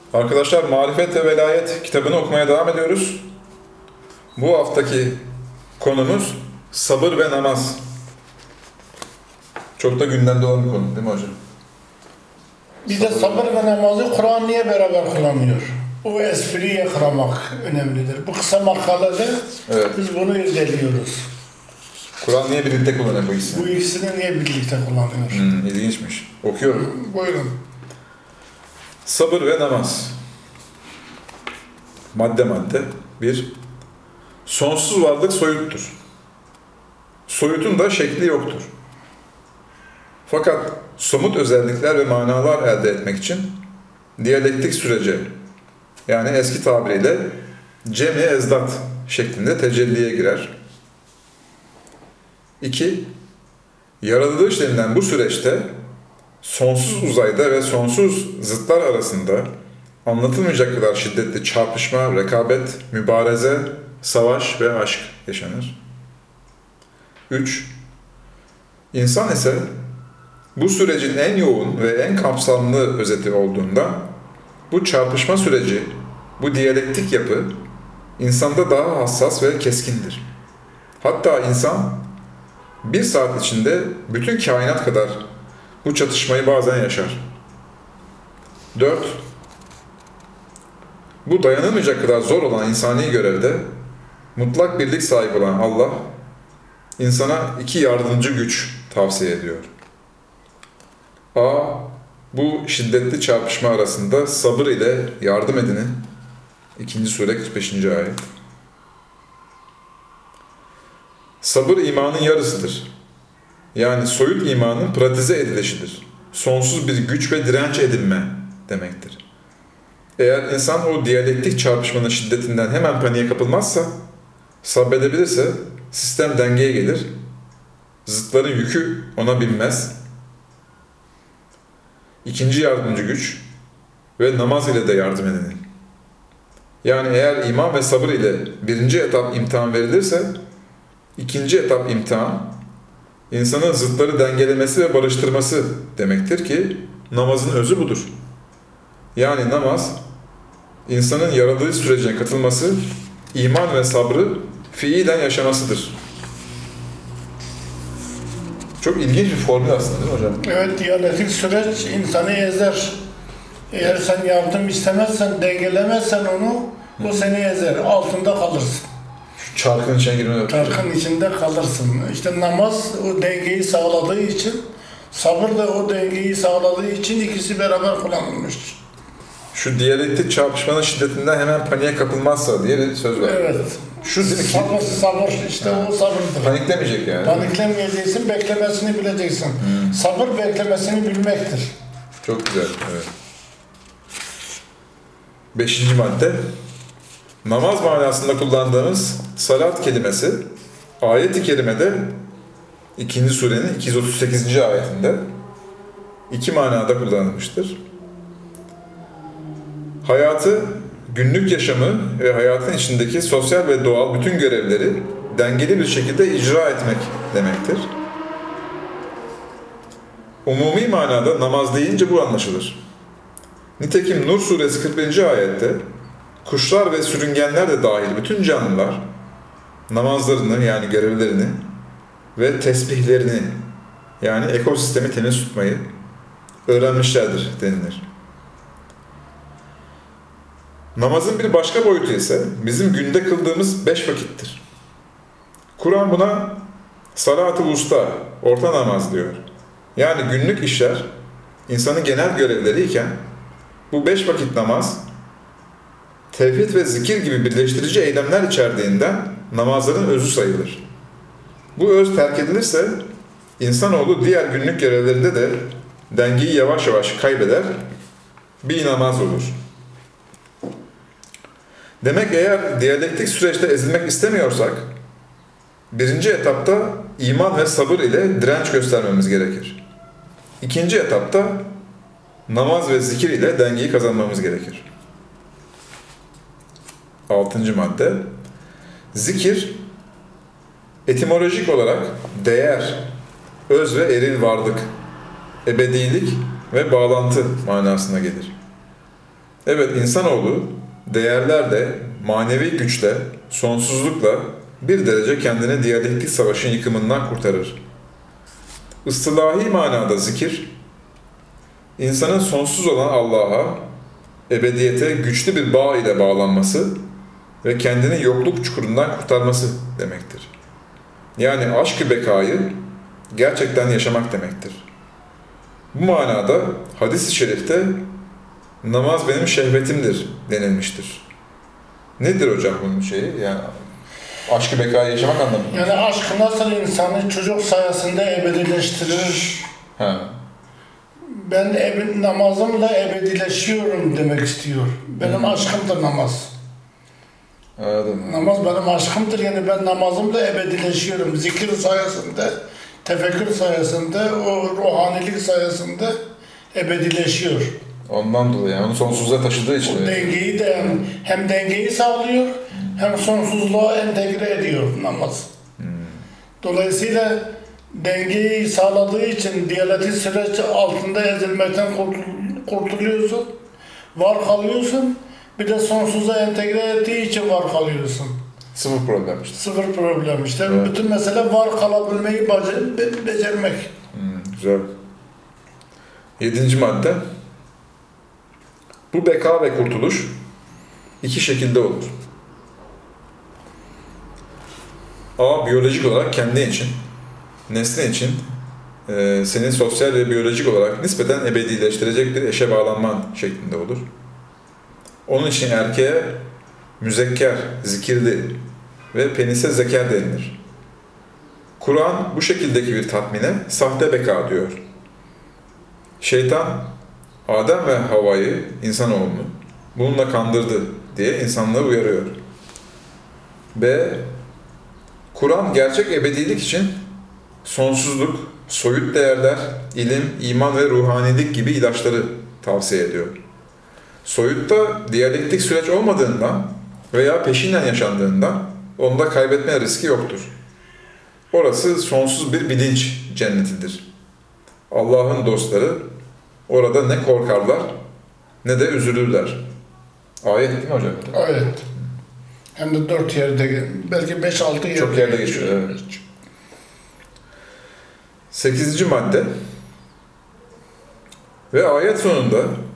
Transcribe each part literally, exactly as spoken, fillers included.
Arkadaşlar Marifet ve Velayet kitabını okumaya devam ediyoruz. Bu haftaki konumuz sabır ve namaz. Çok da gündemde olan bir konu değil mi hocam? Bir de sabır ve namazı Kur'an niye beraber kullanıyor? O espriyi yakalamak önemlidir. Bu kısa makalede Evet. biz bunu irdeliyoruz. Kur'an niye birlikte kullanıyor bu ikisini? Bu ikisini niye birlikte kullanıyor? Hmm, ilginçmiş. Okuyorum. Buyurun. Sabır ve namaz. Madde madde. Bir, sonsuz varlık soyuttur. Soyutun da şekli yoktur. Fakat somut özellikler ve manalar elde etmek için diyalektik sürece, yani eski tabiriyle cem-i ezdat şeklinde tecelliye girer. İki, yaratılış denilen bu süreçte sonsuz uzayda ve sonsuz zıtlar arasında anlatılmayacak kadar şiddetli çarpışma, rekabet, mübareze, savaş ve aşk yaşanır. Üç, insan ise bu sürecin en yoğun ve en kapsamlı özeti olduğunda bu çarpışma süreci, bu diyalektik yapı insanda daha hassas ve keskindir. Hatta insan bir saat içinde bütün kainat kadar bu çatışmayı bazen yaşar. Dört, bu dayanılmayacak kadar zor olan insani görevde mutlak birlik sahibi olan Allah, insana iki yardımcı güç tavsiye ediyor. A. Bu şiddetli çarpışma arasında sabır ile yardım edinin. ikinci Sure kırk beşinci ayet. Sabır imanın yarısıdır. Yani soyut imanın pratize edilişidir. Sonsuz bir güç ve direnç edinme demektir. Eğer insan o diyalektik çarpışmanın şiddetinden hemen paniğe kapılmazsa, sabredebilirse sistem dengeye gelir, zıtların yükü ona binmez. İkinci yardımcı güç ve namaz ile de yardım edinin. Yani eğer iman ve sabır ile birinci etap imtihan verilirse, ikinci etap imtihan, insanın zıtları dengelemesi ve barıştırması demektir ki namazın özü budur. Yani namaz, insanın yaratılış sürecine katılması, iman ve sabrı fiilen yaşamasıdır. Çok ilginç bir formül aslında değil mi hocam? Evet, diyalektik süreç insanı ezer. Eğer sen yardım istemezsen, dengelemezsen onu, o seni ezer. Altında kalırsın. Şu çarkın içine girme. Çarkın içinde kalırsın. İşte namaz o dengeyi sağladığı için, sabır da o dengeyi sağladığı için ikisi beraber kullanılmış. Şu diyalektik çarpışmanın şiddetinden hemen paniğe kapılmazsa diye bir söz var. Evet. Şu değil mi? Sabır, sabır işte ha. O sabırdır. Paniklemeyecek yani. Paniklemeyeceksin, beklemesini bileceksin. Hmm. Sabır beklemesini bilmektir. Çok güzel, evet. Beşinci madde. Namaz manasında kullandığımız salat kelimesi ayet-i kerimede ikinci surenin iki yüz otuz sekizinci ayetinde iki manada kullanılmıştır. Hayatı, günlük yaşamı ve hayatın içindeki sosyal ve doğal bütün görevleri dengeli bir şekilde icra etmek demektir. Umumi manada namaz deyince bu anlaşılır. Nitekim Nur suresi kırk birinci ayette kuşlar ve sürüngenler de dahil bütün canlılar namazlarını yani görevlerini ve tesbihlerini yani ekosistemi temiz tutmayı öğrenmişlerdir denilir. Namazın bir başka boyutu ise bizim günde kıldığımız beş vakittir. Kur'an buna salat-ı usta, orta namaz diyor. Yani günlük işler insanın genel görevleri iken bu beş vakit namaz tevhid ve zikir gibi birleştirici eylemler içerdiğinden namazların özü sayılır. Bu öz terk edilirse insanoğlu diğer günlük görevlerinde de dengeyi yavaş yavaş kaybeder, bir namaz olur. Demek eğer diyalektik süreçte ezilmek istemiyorsak, birinci etapta iman ve sabır ile direnç göstermemiz gerekir. İkinci etapta namaz ve zikir ile dengeyi kazanmamız gerekir. Altıncı madde. Zikir, etimolojik olarak değer, öz ve eril varlık, ebedilik ve bağlantı manasına gelir. Evet, insanoğlu değerlerle, manevi güçle, sonsuzlukla bir derece kendini diyalektik savaşın yıkımından kurtarır. Istilahi manada zikir, insanın sonsuz olan Allah'a, ebediyete güçlü bir bağ ile bağlanması ve kendini yokluk çukurundan kurtarması demektir. Yani aşk-ı bekayı gerçekten yaşamak demektir. Bu manada hadis-i şerifte namaz benim şehvetimdir denilmiştir. Nedir hocam bunun şeyi? Yani aşk-ı bekayı yaşamak anlamında. Yani aşk nasıl insanı çocuk sayesinde ebedileştirir? Ha. Ben ebe, namazımla ebedileşiyorum demek istiyor. Benim Hı. aşkımdır namaz. Anladım. Namaz benim aşkımdır, yani ben namazımla ebedileşiyorum. Zikir sayesinde, tefekkür sayesinde, o ruhanilik sayesinde ebedileşiyor. Ondan dolayı yani onu sonsuzluğa taşıdığı için. O dengeyi de hem, hem dengeyi sağlıyor hem sonsuzluğa entegre ediyor namaz. Hmm. Dolayısıyla dengeyi sağladığı için diyalektik süreç altında ezilmekten kurtul- kurtuluyorsun, var kalıyorsun. Bir de sonsuza entegre ettiği için var kalıyorsun. Sıfır problem işte. Sıfır problem işte. Evet. Bütün mesele var kalabilmeyi bace- be- becermek. Hmm, güzel. Yedinci madde. Bu beka ve kurtuluş iki şekilde olur. A. Biyolojik olarak kendi için, nesne için e, seni sosyal ve biyolojik olarak nispeten ebedileştirecek bir eşe bağlanman şeklinde olur. Onun için erkeğe müzekker, zikirli ve penise zeker denilir. Kur'an bu şekildeki bir tatmine sahte beka diyor. Şeytan, Adem ve Havva'yı, insanoğlunu bununla kandırdı diye insanlığı uyarıyor. B. Kur'an gerçek ebedilik için sonsuzluk, soyut değerler, ilim, iman ve ruhanilik gibi ilaçları tavsiye ediyor. Soyutta diyalektik süreç olmadığından veya peşinden yaşandığından onda kaybetme riski yoktur. Orası sonsuz bir bilinç cennetidir. Allah'ın dostları orada ne korkarlar ne de üzülürler. Ayet değil mi hocam? Evet. Hem de dört yerde, belki beş altı yerde. Çok yerde geçiyor. Evet. Sekizinci madde ve ayet sonunda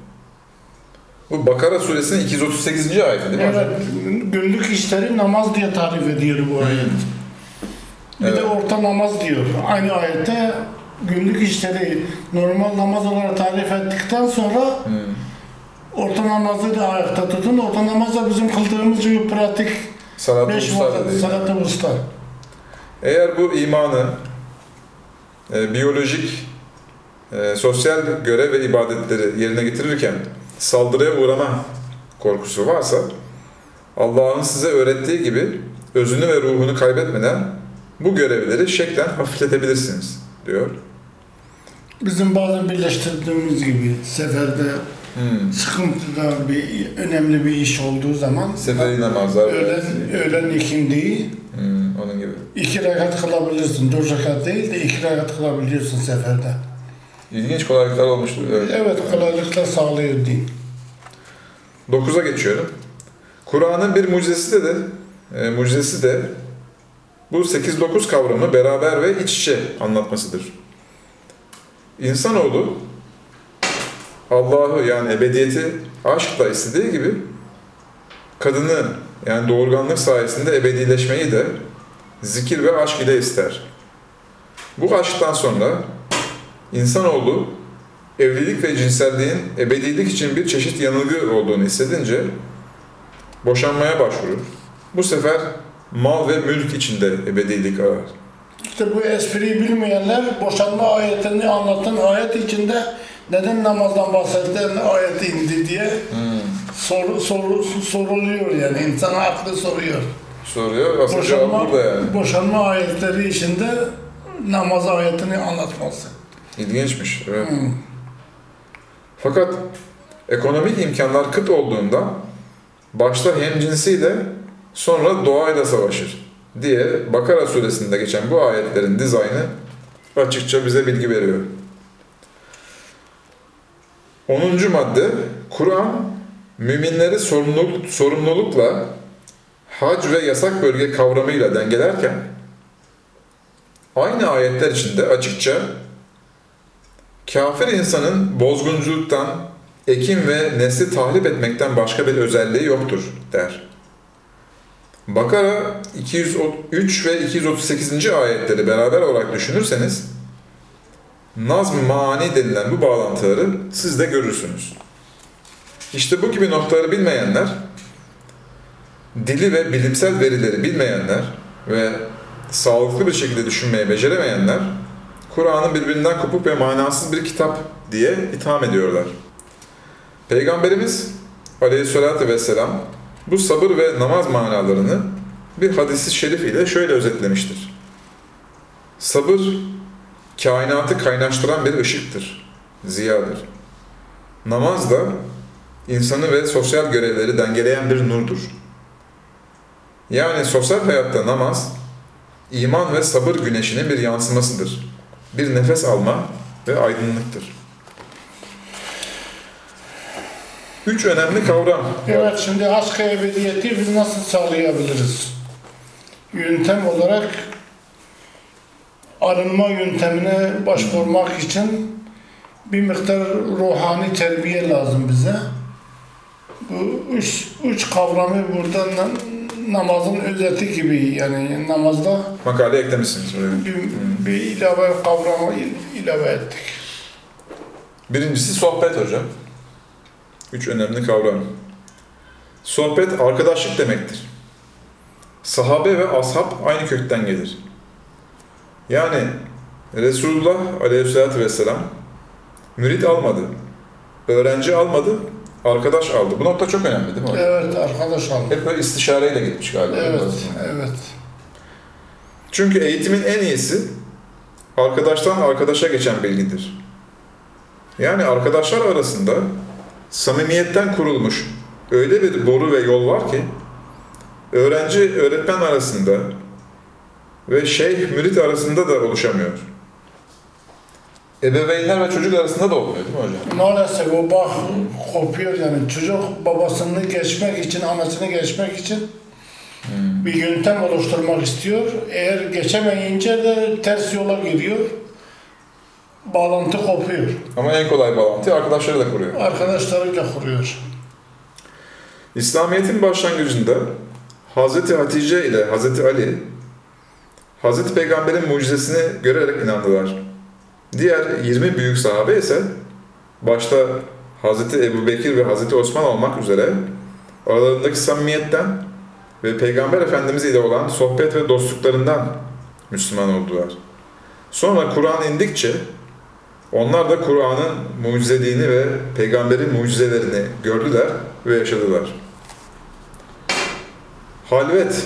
bu Bakara suresinin iki yüz otuz sekizinci ayeti değil mi hocam? Evet, günlük işleri namaz diye tarif ediyor bu ayet. Bir Evet. de orta namaz diyor. Aynı ayette günlük işleri normal namaz olarak tarif ettikten sonra Hmm. orta namazı da ayakta tutun. Orta namaz da bizim kıldığımız gibi pratik Salat-ı beş Vusta vakit dedi. salat-ı vusta. Eğer bu imanı e, biyolojik, e, sosyal görev ve ibadetleri yerine getirirken saldırıya uğrama korkusu varsa Allah'ın size öğrettiği gibi özünü ve ruhunu kaybetmeden bu görevleri şeklen hafifletebilirsiniz diyor. Bizim bazen birleştirdiğimiz gibi seferde Hmm. sıkıntıda bir önemli bir iş olduğu zaman Seferi namazlar. öğlen, öğlen ikindiyi Hmm, onun gibi. iki rekat kılabilirsin. Dört rekat değil de iki rekat kılabiliyorsun seferde. İlginç kolaylıklar olmuştur. Evet. Evet, kolaylıkla sağlıyor din. Dokuza geçiyorum. Kur'an'ın bir mucizesi de, e, mucizesi de bu sekiz dokuz kavramı beraber ve iç içe anlatmasıdır. İnsanoğlu Allah'ı yani ebediyeti aşkla istediği gibi kadını yani doğurganlık sayesinde ebedileşmeyi de zikir ve aşk ile ister. Bu aşktan sonra insanoğlu evlilik ve cinselliğin ebedilik için bir çeşit yanılgı olduğunu hissedince boşanmaya başvurur. Bu sefer mal ve mülk içinde ebedilik arar. İşte bu espriyi bilmeyenler boşanma ayetini anlatan ayet içinde neden namazdan bahsedilen ayet indi diye Hmm. soru, soru, soruluyor yani. İnsan aklı soruyor. Soruyor. Aslında cevap Boşanma, burada yani. boşanma ayetleri içinde namaz ayetini anlatması. İlginçmiş. Evet. Hmm. Fakat ekonomik imkanlar kıt olduğunda başta hemcinsiyle sonra doğayla savaşır diye Bakara suresinde geçen bu ayetlerin dizaynı açıkça bize bilgi veriyor. onuncu madde Kur'an müminleri sorumluluk, sorumlulukla hac ve yasak bölge kavramıyla dengelerken, aynı ayetler içinde açıkça kafir insanın bozgunculuktan, ekin ve nesli tahrip etmekten başka bir özelliği yoktur der. Bakara iki yüz üç ve iki yüz otuz sekizinci ayetleri beraber olarak düşünürseniz, nazm-ı maani denilen bu bağlantıları siz de görürsünüz. İşte bu gibi noktaları bilmeyenler, dili ve bilimsel verileri bilmeyenler ve sağlıklı bir şekilde düşünmeyi beceremeyenler, Kur'an'ın birbirinden kopuk ve manasız bir kitap diye itham ediyorlar. Peygamberimiz Aleyhisselatü Vesselam bu sabır ve namaz manalarını bir hadis-i şerif ile şöyle özetlemiştir. Sabır, kainatı kaynaştıran bir ışıktır, ziyadır. Namaz da insanı ve sosyal görevleri dengeleyen bir nurdur. Yani sosyal hayatta namaz, iman ve sabır güneşinin bir yansımasıdır. Bir nefes alma ve aydınlıktır. Üç önemli kavram. Evet, şimdi aşk-ı ebediyeti biz nasıl sağlayabiliriz? Yöntem olarak arınma yöntemine başvurmak için bir miktar ruhani terbiye lazım bize. Bu üç, üç kavramı burada namazın özeti gibi, yani namazda makale eklemişsiniz buraya. Bir, bir ilave kavramı ilave ettik. Birincisi sohbet hocam. Üç önemli kavram. Sohbet arkadaşlık demektir. Sahabe ve ashab aynı kökten gelir. Yani Resulullah Aleyhisselatü Vesselam mürit almadı, öğrenci almadı, arkadaş aldı. Bu nokta çok önemli değil mi hocam? Evet, arkadaş aldı. Hep böyle istişareyle gitmiş galiba. Evet, evet. Çünkü eğitimin en iyisi arkadaştan arkadaşa geçen bilgidir. Yani arkadaşlar arasında samimiyetten kurulmuş öyle bir boru ve yol var ki, öğrenci öğretmen arasında ve şeyh mürit arasında da oluşamıyor. Ebeveynler ve çocuk arasında da olmuyor değil mi hocam? Maalesef o bağ kopuyor, yani çocuk babasını geçmek için, anasını geçmek için hmm. bir yöntem oluşturmak istiyor. Eğer geçemeyince de ters yola giriyor. Bağlantı kopuyor. Ama en kolay bağlantı arkadaşlarıyla kuruyor. Arkadaşlarıyla kuruyor. İslamiyet'in başlangıcında Hazreti Hatice ile Hazreti Ali, Hazreti Peygamber'in mucizesini görerek inandılar. Diğer yirmi büyük sahabe ise başta Hazreti Ebubekir ve Hazreti Osman olmak üzere aralarındaki samimiyetten ve Peygamber Efendimiz ile olan sohbet ve dostluklarından Müslüman oldular. Sonra Kur'an indikçe onlar da Kur'an'ın mucizeliğini ve Peygamber'in mucizelerini gördüler ve yaşadılar. Halvet.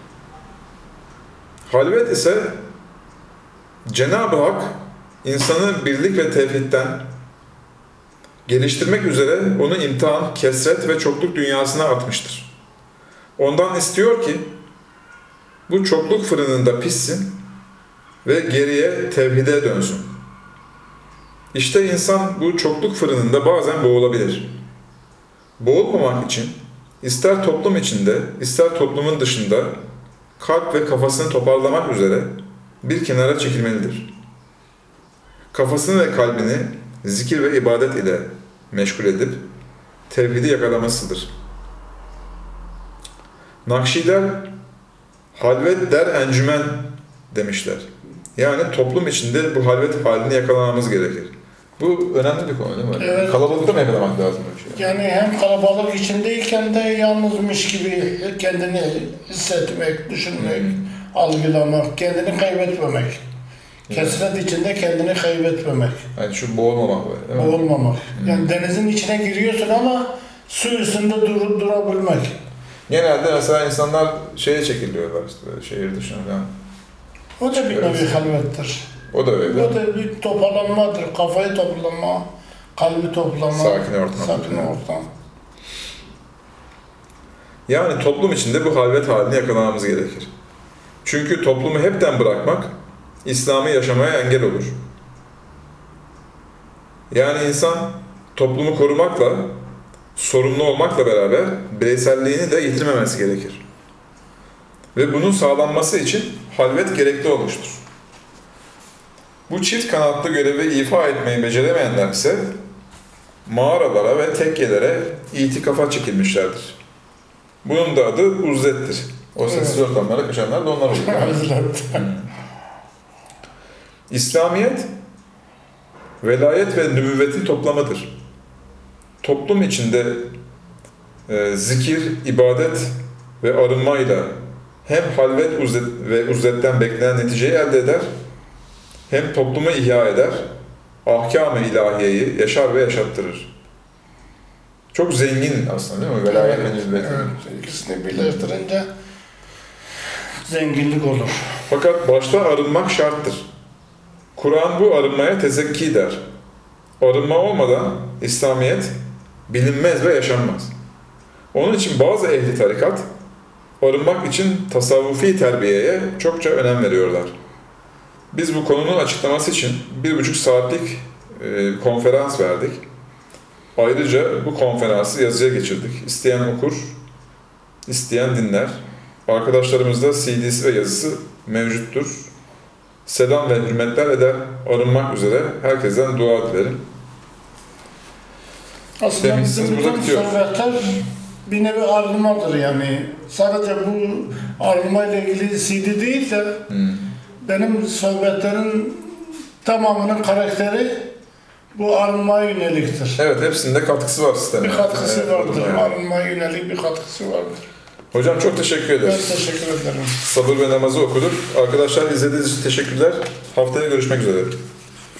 Halvet ise Cenab-ı Hak insanı birlik ve tevhidden geliştirmek üzere onu imtihan, kesret ve çokluk dünyasına atmıştır. Ondan istiyor ki bu çokluk fırınında pişsin ve geriye tevhide dönsün. İşte insan bu çokluk fırınında bazen boğulabilir. Boğulmamak için ister toplum içinde, ister toplumun dışında kalp ve kafasını toparlamak üzere bir kenara çekilmelidir. Kafasını ve kalbini zikir ve ibadet ile meşgul edip tevhidi yakalamasıdır. Nakşiler halvet der encümen demişler. Yani toplum içinde bu halvet halini yakalamamız gerekir. Bu önemli bir konu değil mi? Evet. Kalabalıkta mı yakalamak lazım bir şey? Yani hem kalabalık içindeyken de yalnızmış gibi kendini hissetmek, düşünmek, hmm. algılamak, kendini kaybetmemek. Kesret içinde kendini kaybetmemek. Yani şu boğulmamak var değil mi? Boğulmamak. Hmm. Yani denizin içine giriyorsun ama su üstünde dur durabilmek. Genelde mesela insanlar şeye çekiliyorlar işte böyle şehir dışına falan. O da bir nevi halvettir. O da öyle. O da bir toparlanmadır. Kafayı toplama, kalbi toplama. Sakin ortam. Sakin ortam. Yani toplum içinde bu halvet halini yakalamamız gerekir. Çünkü toplumu hepten bırakmak İslam'ı yaşamaya engel olur. Yani insan toplumu korumakla sorumlu olmakla beraber bireyselliğini de yitirmemesi gerekir. Ve bunun sağlanması için halvet gerekli olmuştur. Bu çift kanatlı görevi ifa etmeyi beceremeyenler ise mağaralara ve tekkelere itikafa çekilmişlerdir. Bunun da adı uzlettir. O sessiz Evet. ortamlara kaçanlar da onlar olur. Hmm. İslamiyet, velayet ve nübüvvetin toplamıdır. Toplum içinde e, zikir, ibadet ve arınmayla hem halvet uzlet ve uzletten beklenen neticeyi elde eder, hem toplumu ihya eder, ahkam-ı ilahiyeyi yaşar ve yaşattırır. Çok zengin aslında değil mi? Velayet ve nübüvvet. Evet, ikisini birleştirince zenginlik olur. Fakat başta arınmak şarttır. Kur'an bu arınmaya tezekki der. Arınma olmadan İslamiyet bilinmez ve yaşanmaz. Onun için bazı ehli tarikat arınmak için tasavvufi terbiyeye çokça önem veriyorlar. Biz bu konunun açıklaması için bir buçuk saatlik e, konferans verdik. Ayrıca bu konferansı yazıya geçirdik. İsteyen okur, isteyen dinler. Arkadaşlarımızda C D'si ve yazısı mevcuttur. Selam ve hürmetler eder. Arınmak üzere herkesten dua dilerim. Aslında Demişsiniz, bizim burada bütün bitiyor. sohbetler bir nevi arınmadır yani. Sadece bu arınmayla ilgili C D değil de Hmm. benim sohbetlerin tamamının karakteri bu arınmaya yöneliktir. Evet, hepsinde katkısı var sisteme. Bir katkısı Evet, vardır. evet. Arınmaya yönelik bir katkısı vardır. Hocam çok teşekkür Ben ederiz. teşekkür ederim. Sabır ve namazı okuduk. Arkadaşlar izlediğiniz için teşekkürler. Haftaya görüşmek üzere.